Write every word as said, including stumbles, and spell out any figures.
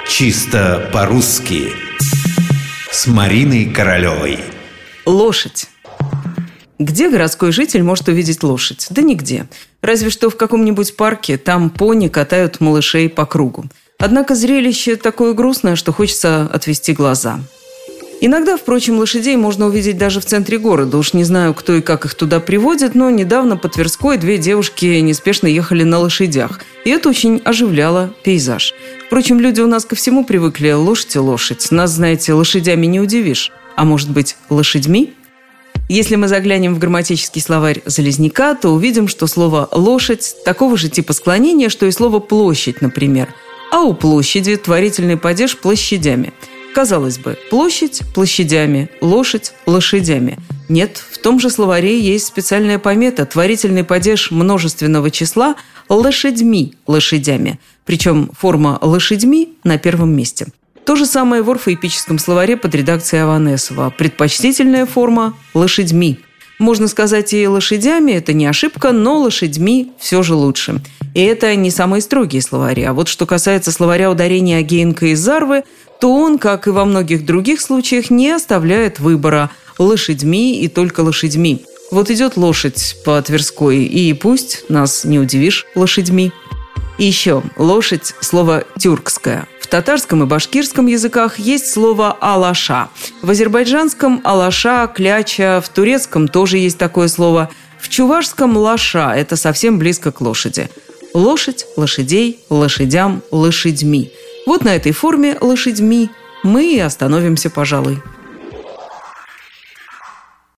Чисто по-русски с Мариной Королевой. Лошадь. Где городской житель может увидеть лошадь? Да нигде. Разве что в каком-нибудь парке, там пони катают малышей по кругу. Однако зрелище такое грустное, что хочется отвести глаза. Иногда, впрочем, лошадей можно увидеть даже в центре города. Уж не знаю, кто и как их туда приводит, но недавно по Тверской две девушки неспешно ехали на лошадях. И это очень оживляло пейзаж. Впрочем, люди у нас ко всему привыкли. Лошадь и лошадь. Нас, знаете, лошадями не удивишь. А может быть, лошадьми? Если мы заглянем в грамматический словарь Залезняка, то увидим, что слово «лошадь» такого же типа склонения, что и слово «площадь», например. А у площади творительный падеж площадями. Казалось бы, площадь – площадями, лошадь – лошадями. Нет, в том же словаре есть специальная помета – творительный падеж множественного числа лошадьми, лошадями. Причем форма лошадьми на первом месте. То же самое в орфоэпическом словаре под редакцией Аванесова. Предпочтительная форма – лошадьми. Можно сказать и лошадями, это не ошибка, но лошадьми все же лучше. И это не самые строгие словари. А вот что касается словаря ударения Агеенко и Зарвы, то он, как и во многих других случаях, не оставляет выбора – лошадьми и только лошадьми. Вот идет лошадь по Тверской, и пусть нас не удивишь лошадьми. И еще, лошадь – слово тюркское. В татарском и башкирском языках есть слово «алаша». В азербайджанском – алаша, кляча, в турецком тоже есть такое слово. В чувашском – лаша – это совсем близко к лошади. Лошадь, лошадей, лошадям, лошадьми. Вот на этой форме «лошадьми» мы и остановимся, пожалуй.